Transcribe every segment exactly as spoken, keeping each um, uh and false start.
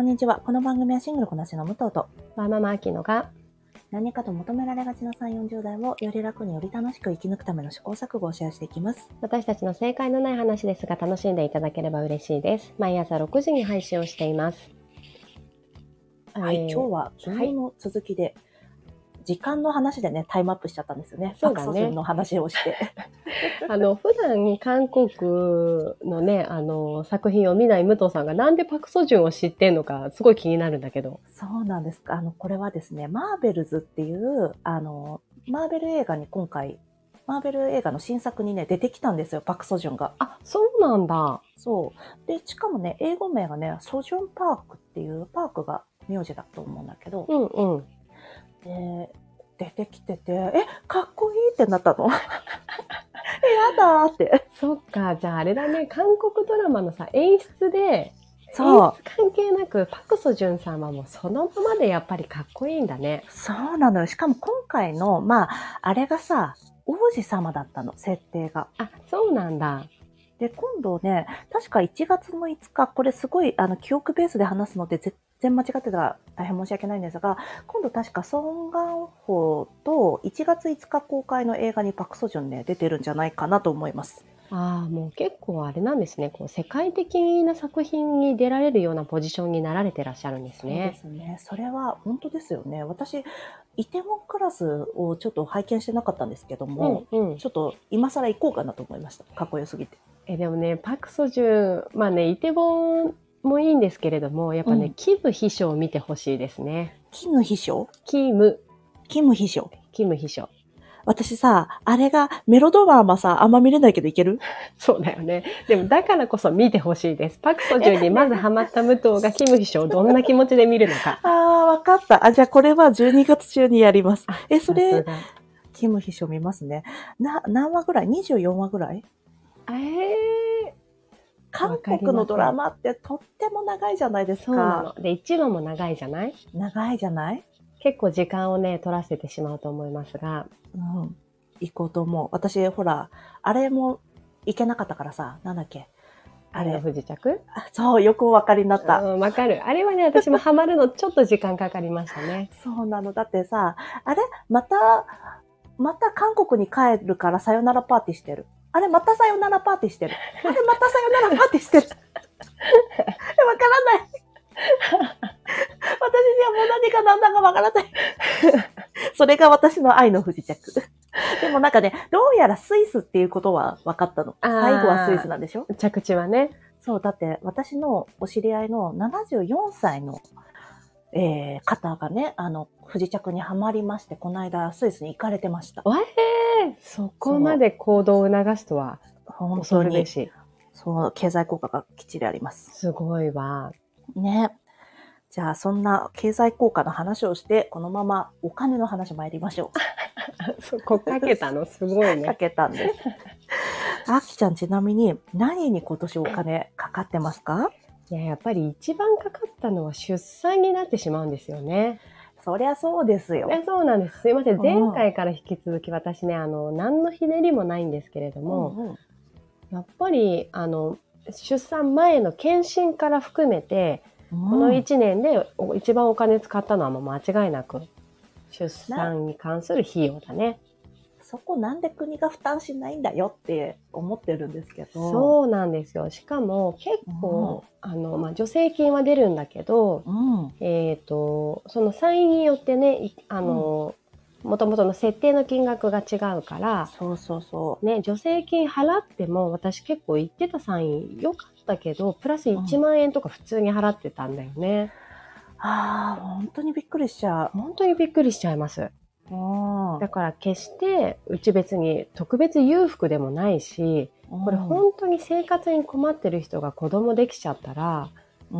こんにちは。この番組はシングルこなしの武藤とわーママアキノが何かと求められがちなさんじゅう、よんじゅう代をより楽により楽しく生き抜くための試行錯誤をシェアしていきます。 私たちの正解のない話ですが楽しんでいただければ嬉しいです。毎朝ろくじに配信をしています。 はい、 えー今日は昨日の続きで、時間の話でね、タイムアップしちゃったんですよね。 そうだねパクソジュンの話をして。 あの普段韓国のねあの作品を見ない武藤さんがなんでパクソジュンを知ってんのかすごい気になるんだけど。 そうなんですか。あの、これはですね、マーベルズっていう、あの、マーベル映画に今回、マーベル映画の新作にね、出てきたんですよ、パクソジュンが。 あ、そうなんだ。 そう。で、しかもね、英語名がね、ソジュンパークっていうパークが名字だと思うんだけど、 うんうん。 で出てきてて、え、かっこいいってなったの。え、やだーって。 そっか、じゃああれだね、韓国ドラマのさ演出で、 そう演出関係なくパクソジュンさんはもうそのままでやっぱりかっこいいんだね。 そうなのよ。しかも今回の、まあ、あれがさ、王子様だったの、設定が。 あ、そうなんだ。 で、今度ね、確かいちがつのいつか、これすごい、あの、記憶ベースで話すので、全然間違ってたら大変申し訳ないんですが、今度確かソン・ガンホといちがついつか公開の映画にパクソジュンね、出てるんじゃないかなと思います。 ああ、もう結構あれなんですね。こう世界的な作品に出られるようなポジションになられてらっしゃるんですそうでね。 すね。それは本当ですよね。私、イテウォンクラスをちょっと拝見してなかったんですけども、 うんうん。 ちょっと今更行こうかなと思いました。かっこよすぎて。 え、でもね、パクソジュン、まあね、イテウォンもいいんですけれども、やっぱね、 うんキム秘書を見てほしいですね。 キム秘書キム、 キム秘書キム秘書。 私さ、あれがメロドラマさ、あんま見れないけどいける？ そうだよね。でもだからこそ見てほしいです。パクソジュンにまずハマった武藤がキム秘書をどんな気持ちで見るのか。 あー、わかった。あ、じゃあこれはじゅうにがつ中にやります。え、そされす、がキム秘書見ますね。な、何話ぐらい ?にじゅうよん 話ぐらい？ えー、 韓国のドラマってとっても長いじゃないですか。 そうなの。で、いちわも長いじゃない？ 長いじゃない？ 結構時間をね、取らせてしまうと思いますが。 うん。行こうと思う。私、ほら、あれも行けなかったからさ、なんだっけ。あ愛のれ。 不時着？ あそう、よくお分かりになった。 うん、わかる。あれはね、私もハマるのちょっと時間かかりましたね。 そうなの。だってさ、あれまた、また韓国に帰るからさよならパーティーしてる。あれまたさよならパーティーしてる。あれまたさよならパーティーしてる。わからない。私にはもう何が何だかわからない。それが私の愛の不時着。でもなんかね、どうやらスイスっていうことは分かったの。最後はスイスなんでしょ？ 着地はね。 そう、だって私のお知り合いのななじゅうよんさいの、えー、方がね、あの、不時着にはまりまして、この間スイスに行かれてました。 わえー、そこまで行動を促すとは、 本当恐るべに。 し。 そう、経済効果がきっちりあります。 すごいわ。 ね。じゃあ、そんな経済効果の話をして、このままお金の話参りましょう。 そこかけたのすごいね。 かけたんです。あきちゃん、ちなみに何に今年お金かかってますか？ いや、やっぱり一番かかったのは出産になってしまうんですよね。 そりゃそうですよ。 え、そうなんです。すいません。 うん前回から引き続き私ね、あの、何のひねりもないんですけれども、 うんうん、 やっぱり、あの、出産前の検診から含めて、 うん、 このいちねんで一番お金使ったのはもう間違いなく、出産に関する費用だね。 そこなんで国が負担しないんだよって思ってるんですけど。 そうなんですよ。しかも結構、うん、あの、まあ、助成金は出るんだけど、 うん、 えっと、その産院によってね、あの、もともとの設定の金額が違うから、 そうそうそう。 ね、助成金払っても、私結構行ってた産院良かったけど、プラスいちまんえんとか普通に払ってたんだよね。 うん、ああ、本当にびっくりしちゃう。 本当にびっくりしちゃいます。 うん、 だから決してうち別に特別裕福でもないし、これ本当に生活に困ってる人が子供できちゃったら、 うん、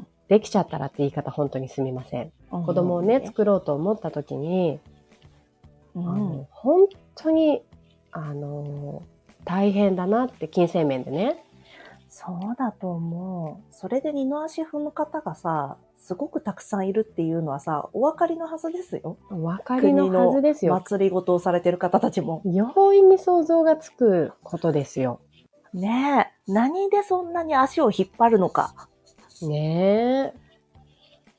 できちゃったらって言い方本当にすみません。うん、子供をね、作ろうと思った時に、うん、あの本当にあの大変だなって、金銭面でね。 そうだと思う。それで二の足踏む方がさ、すごくたくさんいるっていうのはさ、お分かりのはずですよ。 お分かりのはずですよ。 祭りごとをされてる方たちも。 容易に想像がつくことですよ。 ねえ。何でそんなに足を引っ張るのか。 ねえ。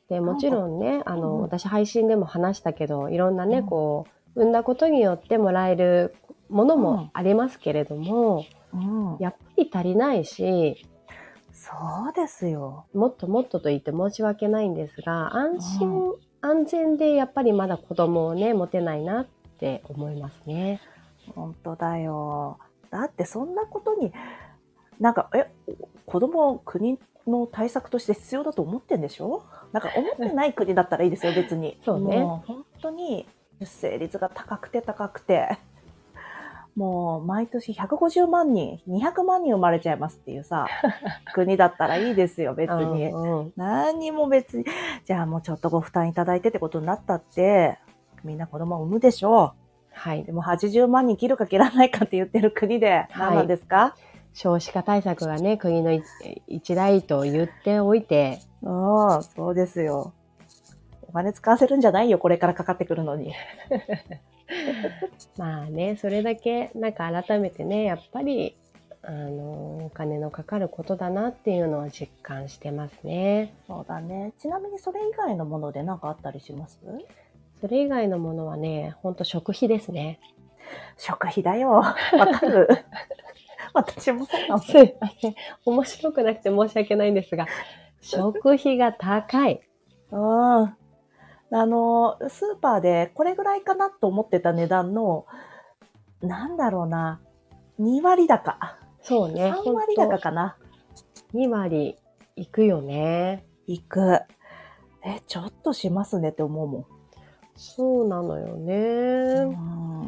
で、もちろんね、あの、 うん私配信でも話したけど、いろんなね、 うんこう、産んだことによってもらえるものもありますけれども、 うん、 やっぱり足りないし、 そうですよ。 もっともっとと言って申し訳ないんですが、安心、 うん安全でやっぱりまだ子供をね、持てないなって思いますね。 本当だよ。だってそんなことに、なんか、え、子供を国の対策として必要だと思ってんでしょ？なんか思ってない国だったらいいですよ、別に。 そうねもう本当に出生率が高くて高くて、もう毎年ひゃくごじゅうまんにん、にひゃくまんにん生まれちゃいますっていうさ、国だったらいいですよ、別に。 うんうん、 何にも別に、じゃあもうちょっとご負担いただいてってことになったって、みんな子供を産むでしょう。 はい。 でもはちじゅうまんにん切るか切らないかって言ってる国で何なんですか？ 少子化対策がね、国の一大と言っておいて、 ああ、そうですよ。お金使わせるんじゃないよ、これからかかってくるのに。 まあね、それだけなんか改めてね、やっぱりあのお金のかかることだなっていうのは実感してますね。 そうだね。ちなみにそれ以外のもので何かあったりします？ それ以外のものはね、ほんと食費ですね。 食費だよ。わかる。私もそうなの。 すいません。面白くなくて申し訳ないんですが、食費が高い。 うん。あの、スーパーでこれぐらいかなと思ってた値段の、なんだろうな、に割高。 そうね。 さん割高かな。 に割いくよね。 いく。え、ちょっとしますねって思うもん。 そうなのよね。 うん、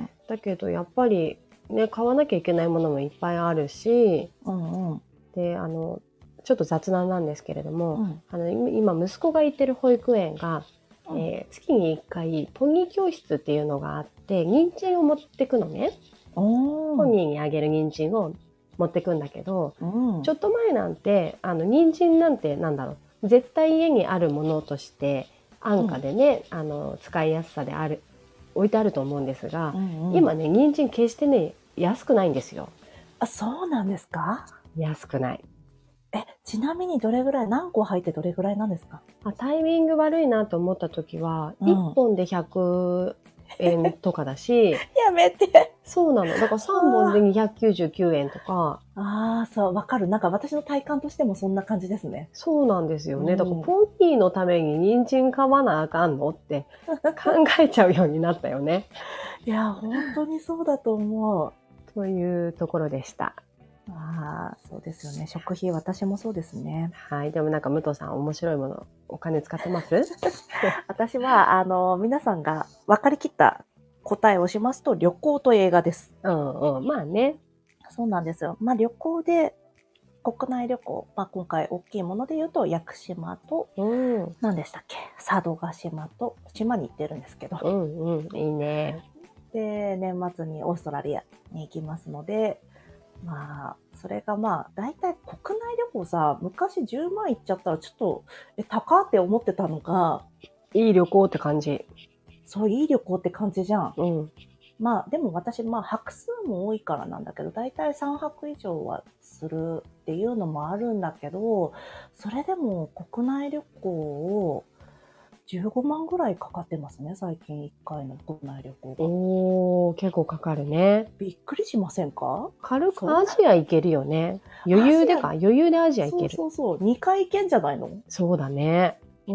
だけどやっぱりね、買わなきゃいけないものもいっぱいあるし、 うんうん。 で、あの、ちょっと雑談なんですけれども、 うん、 あの、今息子が行ってる保育園が、 うんえー月にいっかいポニー教室っていうのがあって、人参を持ってくのね。 おーポニーにあげる人参を持ってくんだけど、 うん、 ちょっと前なんて、あの、人参なんてなんだろう、絶対家にあるものとして、安価でね、あの、使いやすさである、置いてあると思うんですが、 うんうん、 今ね、人参決してね、安くないんですよ。 あ、そうなんですか？ 安くない。 え、ちなみにどれぐらい、何個入ってどれぐらいなんですか？ あ、タイミング悪いなと思った時は、 うんいっぽんでひゃくえんとかだし、 やめて。 そうなの。だからさんぼんでにひゃくきゅうじゅうきゅうえんとか、 ああ、そう、わかる。なんか私の体感としてもそんな感じですね。 そうなんですよね。 うんだからポニーのために人参買わなあかんのって考えちゃうようになったよね。 いや、本当にそうだと思う。 というところでした。 ああ、そうですよね。食費、私もそうですね。 はい。でもなんか武藤さん面白いもの、お金使ってます？ 私は、あの、皆さんが分かりきった答えをしますと、旅行と映画です。 うんうん。まあね。 そうなんですよ。まあ旅行で、国内旅行、まあ今回大きいもので言うと、屋久島と、 うん。うん何でしたっけ、佐渡島と、島に行ってるんですけど。 うん。いいね。 で、年末にオーストラリアに行きますので、まあ、それがまあ、大体国内旅行さ、昔じゅうまんいっちゃったらちょっと、え、高って思ってたのが、 いい旅行って感じ。 そう、いい旅行って感じじゃん。 うん。 まあ、でも私、まあ、泊数も多いからなんだけど、大体さんぱく以上はするっていうのもあるんだけど、それでも国内旅行をじゅうごまんぐらいかかってますね、最近いっかいの国内旅行が。 おー、結構かかるね。 びっくりしませんか？ 軽くアジア行けるよね。余裕でか余裕でアジア行ける。 そうそうそう。にかい行けんじゃないの？ そうだね。 うん。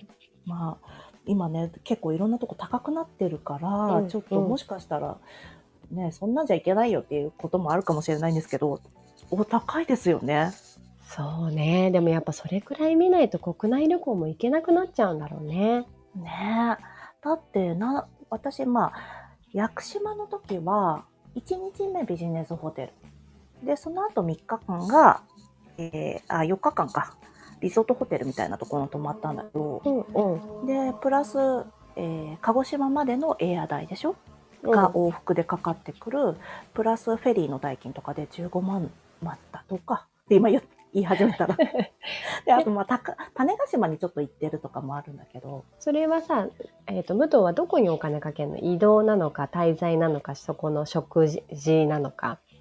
まあ、今ね、結構いろんなとこ高くなってるから、 うんちょっともしかしたら、ね、そんなんじゃいけないよっていうこともあるかもしれないんですけど、お高いですよね。 そうね。でもやっぱそれくらい見ないと国内旅行も行けなくなっちゃうんだろうね。 ねえ。だってな、私、まあ、屋久島の時は、いちにちめビジネスホテル。で、その後みっかかんが、えー、あ、よっかかんか。リゾートホテルみたいなところに泊まったんだけど、 うんうん。 で、プラス、えー、鹿児島までのエア代でしょ、 うんが往復でかかってくる、プラスフェリーの代金とかでじゅうごまん待ったとか、で今言言い始めたら。で、あと、まあ、たか種子島にちょっと行ってるとかもあるんだけど、 それはさ、えっと、武藤はどこにお金かけるの？移動なのか、滞在なのか、そこの食事なのか。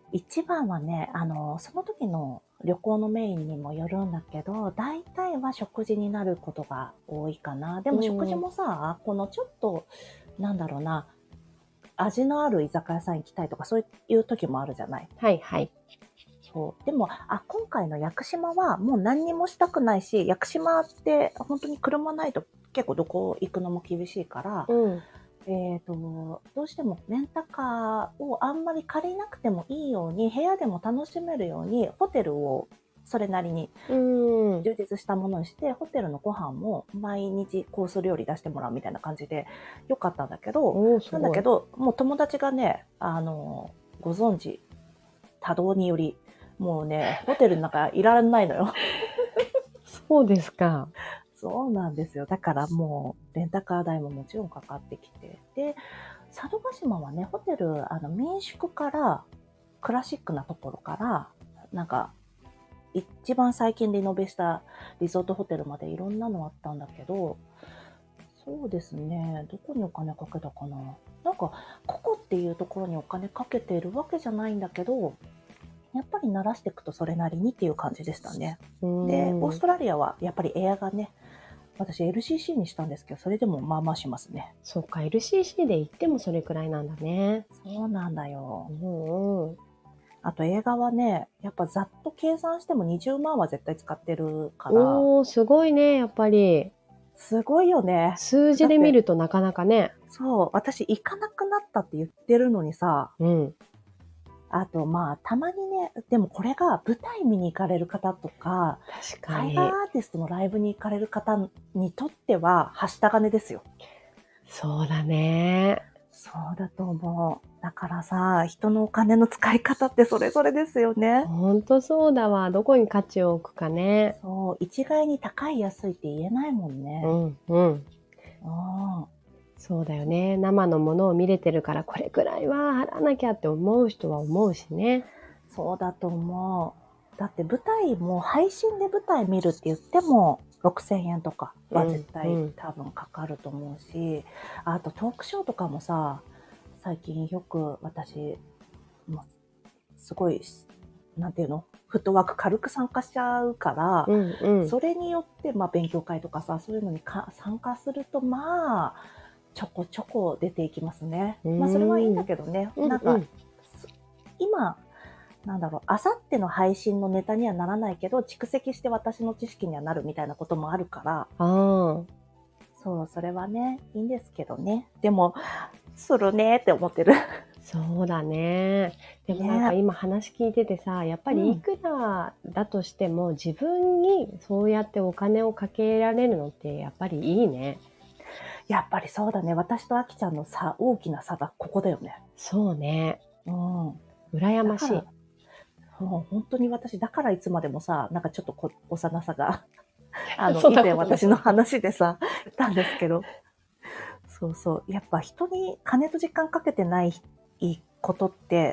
一番はね、あの、その時の旅行のメインにもよるんだけど、大体は食事になることが多いかな。でも食事もさ、このちょっと、なんだろうな、味のある居酒屋さん行きたいとかそういう時もあるじゃない。 はいはい。 そう。でも、あ、今回の屋久島はもう何にもしたくないし、屋久島って本当に車ないと結構どこ行くのも厳しいから、 うん。 えっと、どうしてもレンタカーをあんまり借りなくてもいいように、部屋でも楽しめるように、ホテルをそれなりにうん。 充実したものにして、ホテルのご飯も毎日コース料理出してもらうみたいな感じでよかったんだけど、 おー、すごい。 なんだけど、もう友達がね、あの、ご存知、多動により、もうね、ホテルの中いられないのよ。 そうですか。 そうなんですよ。だからもう、レンタカー代ももちろんかかってきて。で、佐渡島はね、ホテル、あの、民宿から、クラシックなところから、なんか、一番最近リノベしたリゾートホテルまでいろんなのあったんだけど、そうですね、どこにお金かけたかな。なんか、ここっていうところにお金かけてるわけじゃないんだけど、やっぱり慣らしていくとそれなりにっていう感じでしたね。で、オーストラリアはやっぱりエアがね、私 エルシーシー にしたんですけど、それでもまあまあしますね。 そうか、エルシーシー で行ってもそれくらいなんだね。 そうなんだよ。 うんうん。 あと映画はね、やっぱざっと計算してもにじゅうまんは絶対使ってるから。 おー、すごいね、やっぱり。 すごいよね。 数字で見るとなかなかね。 そう、私行かなくなったって言ってるのにさ、 うん。 あとまあたまにね、でもこれが舞台見に行かれる方とか、 確かに。 海外アーティストのライブに行かれる方にとっては、はした金ですよ。 そうだね。 そうだと思う。だからさ、人のお金の使い方ってそれぞれですよね。 ほんとそうだわ。どこに価値を置くかね。 そう、一概に高い安いって言えないもんね。 うん、うん。 ああ、 そうだよね。生のものを見れてるから、これくらいは払わなきゃって思う人は思うしね。 そうだと思う。だって舞台も配信で舞台見るって言ってもろくせんえんとかは絶対うんうん多分かかると思うし、あとトークショーとかもさ、最近よく私、もうすごい、なんていうのフットワーク軽く参加しちゃうから、 うんうん。 それによって、まあ、勉強会とかさ、そういうのにか参加すると、まあ、ちょこちょこ出ていきますね。 うんまあ、それはいいんだけどね。 うんなんか、 うんす今、なんだろう、あさっての配信のネタにはならないけど、蓄積して私の知識にはなるみたいなこともあるから、 ああ。 そう、それはね、いいんですけどね。でも、するねって思ってる。 そうだね。でもなんかね今話聞いててさ、やっぱりいくらだとしても自分にそうやってお金をかけられるのってやっぱりいいね。 やっぱりそうだね。私とあきちゃんの差、大きな差がここだよね。 そうね。 うん。 羨ましい。 もう本当に私、だからいつまでもさ、なんかちょっとこ幼さが、あの、以そんなことない前私の話でさ、言ったんですけど、そうそう。やっぱ人に金と時間かけてないことって、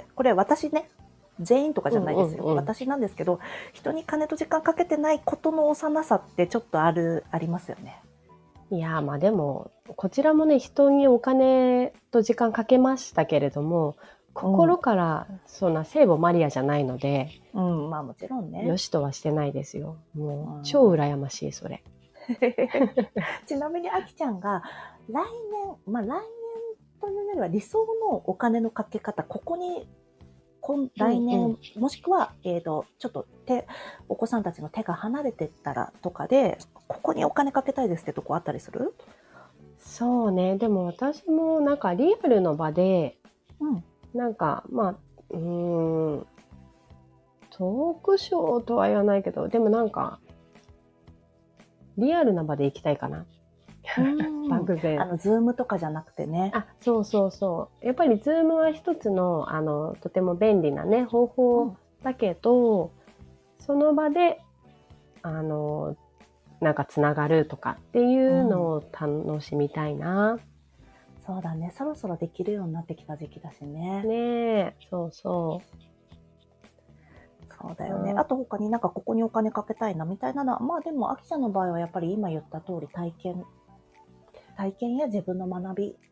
これ私ね、全員とかじゃないですよ。 うんうんうん私なんですけど、人に金と時間かけてないことの幼さってちょっとある、ありますよね。 いやまあでもこちらもね人にお金と時間かけましたけれども心からそんな聖母マリアじゃないので、 うん、うん、まあもちろんね。 よしとはしてないですよ。もう超羨ましいそれ。 ちなみにあきちゃんが来年、まあ来年というよりは理想のお金のかけ方、ここに今来年、うんうん、もしくは、えっと、ちょっと手、お子さんたちの手が離れてったらとかで、ここにお金かけたいですってとこあったりする？ そうね。でも私もなんかリアルの場で、 うん、 なんかまあ、うーん、トークショーとは言わないけど、でもなんか、リアルな場で行きたいかな。 漠然。あの、ズームとかじゃなくてね。 あ、そうそうそう。やっぱりズームは一つの、あの、とても便利なね、方法だけど、うん、その場で、あの、なんかつながるとかっていうのを楽しみたいな。うん、 そうだね。そろそろできるようになってきた時期だしね。 ねえ、そうそう。 そうだよね。あと他になんかここにお金かけたいなみたいなのは、まあでも、あきちゃんの場合はやっぱり今言った通り体験、体験や自分の学び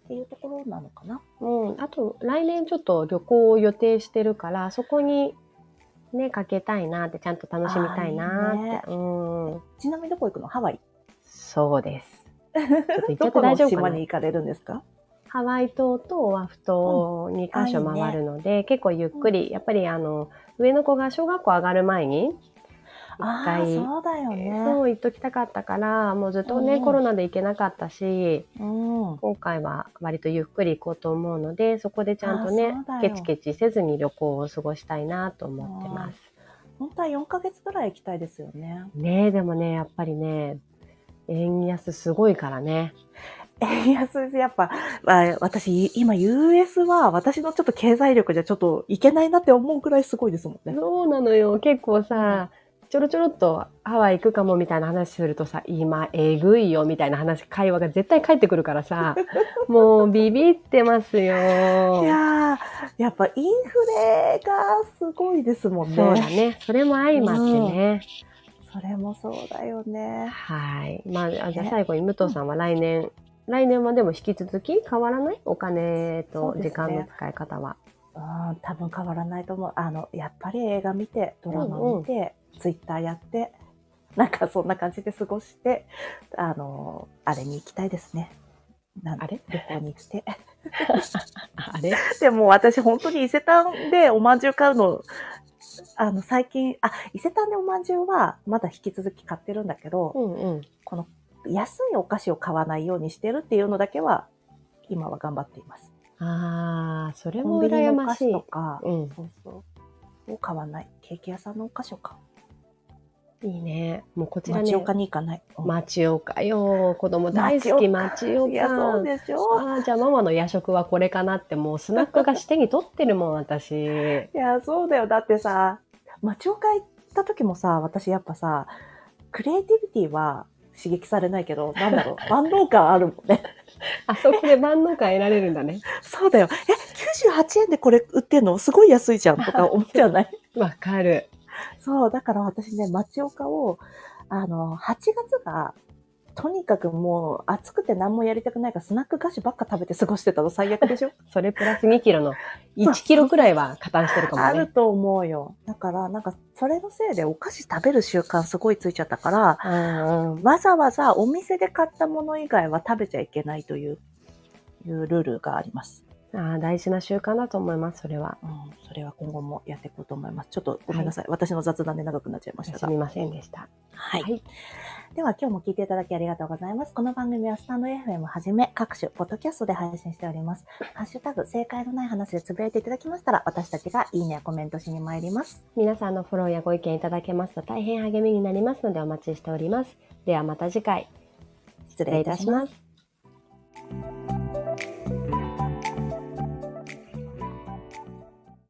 っていうところなのかな。 うん。あと、来年ちょっと旅行を予定してるから、そこにね、かけたいなって、ちゃんと楽しみたいなって。 いいね、 うん。 ちなみにどこ行くの？ハワイ？ そうです。ちょっと行っちゃどこのって大丈夫かな？ 島に行かれるんですか？ ハワイ島とオアフ島にカ所回るので、うんいいね、結構ゆっくり、うん、やっぱりあの、上の子が小学校上がる前に、一回、 そうだよね。 そう行っときたかったから、もうずっとね、うん、コロナで行けなかったし、 うん、 今回は割とゆっくり行こうと思うので、そこでちゃんとね、ケチケチせずに旅行を過ごしたいなと思ってます。 本当はよんかげつぐらい行きたいですよね。 ねえ、でもね、やっぱりね、円安すごいからね。 円安です。やっぱ、あ、私、今 ユーエス は私のちょっと経済力じゃちょっといけないなって思うくらいすごいですもんね。 そうなのよ。結構さ、ちょろちょろっとハワイ行くかもみたいな話するとさ、今えぐいよみたいな話、会話が絶対返ってくるからさ、もうビビってますよ。いやー、やっぱインフレがすごいですもんね。 そうだね。それも相まってね。 うん、それもそうだよね。 はい。まあ、じゃあ最後に武藤さんは来年、来年はでも引き続き変わらない？お金と時間の使い方は。 うん、多分変わらないと思う。あの、やっぱり映画見て、ドラマ見て、うんうん、ツイッターやって、なんかそんな感じで過ごして、あの、あれに行きたいですね。なんあれ旅行に行って。 あれでも私本当に伊勢丹でおまんじゅう買うの、あの最近、あ、伊勢丹でおまんじゅうはまだ引き続き買ってるんだけど、 うんうん、この安いお菓子を買わないようにしてるっていうのだけは、今は頑張っています。 ああ、それも羨ましい。 コンビニのお菓子とか、うん、そうそう。を買わない。ケーキ屋さんのお菓子を買う。 いいね。もうこちらね。 町岡に行かない。 うん、町岡よ。子供大好き町岡。 いや、そうでしょ。 ああ、じゃあママの夜食はこれかなって、もうスナック菓子手に取ってるもん、私。いや、そうだよ。だってさ、町岡行った時もさ、私やっぱさ、クリエイティビティは刺激されないけど、なんだろう、万能感あるもんね。 あそこで万能感得られるんだね。 そうだよ。え、きゅうじゅうはちえんでこれ売ってんのすごい安いじゃんとか思っちゃわない？ わかる。 そう、だから私ね、町岡を、あの、はちがつが、とにかくもう暑くて何もやりたくないからスナック菓子ばっか食べて過ごしてたの最悪でしょ？ それプラスにキロのいちキロくらいは加担してるかもね。 あると思うよ。だからなんかそれのせいでお菓子食べる習慣すごいついちゃったから、うんうん、わざわざお店で買ったもの以外は食べちゃいけないという、いうルールがあります。 ああ、大事な習慣だと思います、それは。 うん、それは今後もやっていこうと思います。ちょっとごめんなさい。はい、私の雑談で長くなっちゃいましたが。 すみませんでした。 はい。はい、では今日も聞いていただきありがとうございます。この番組はスタンド エフエム はじめ各種ポッドキャストで配信しております。ハッシュタグ正解のない話でつぶやいていただきましたら、私たちがいいねやコメントしに参ります。 皆さんのフォローやご意見いただけますと大変励みになりますのでお待ちしております。ではまた次回。 失礼いたします。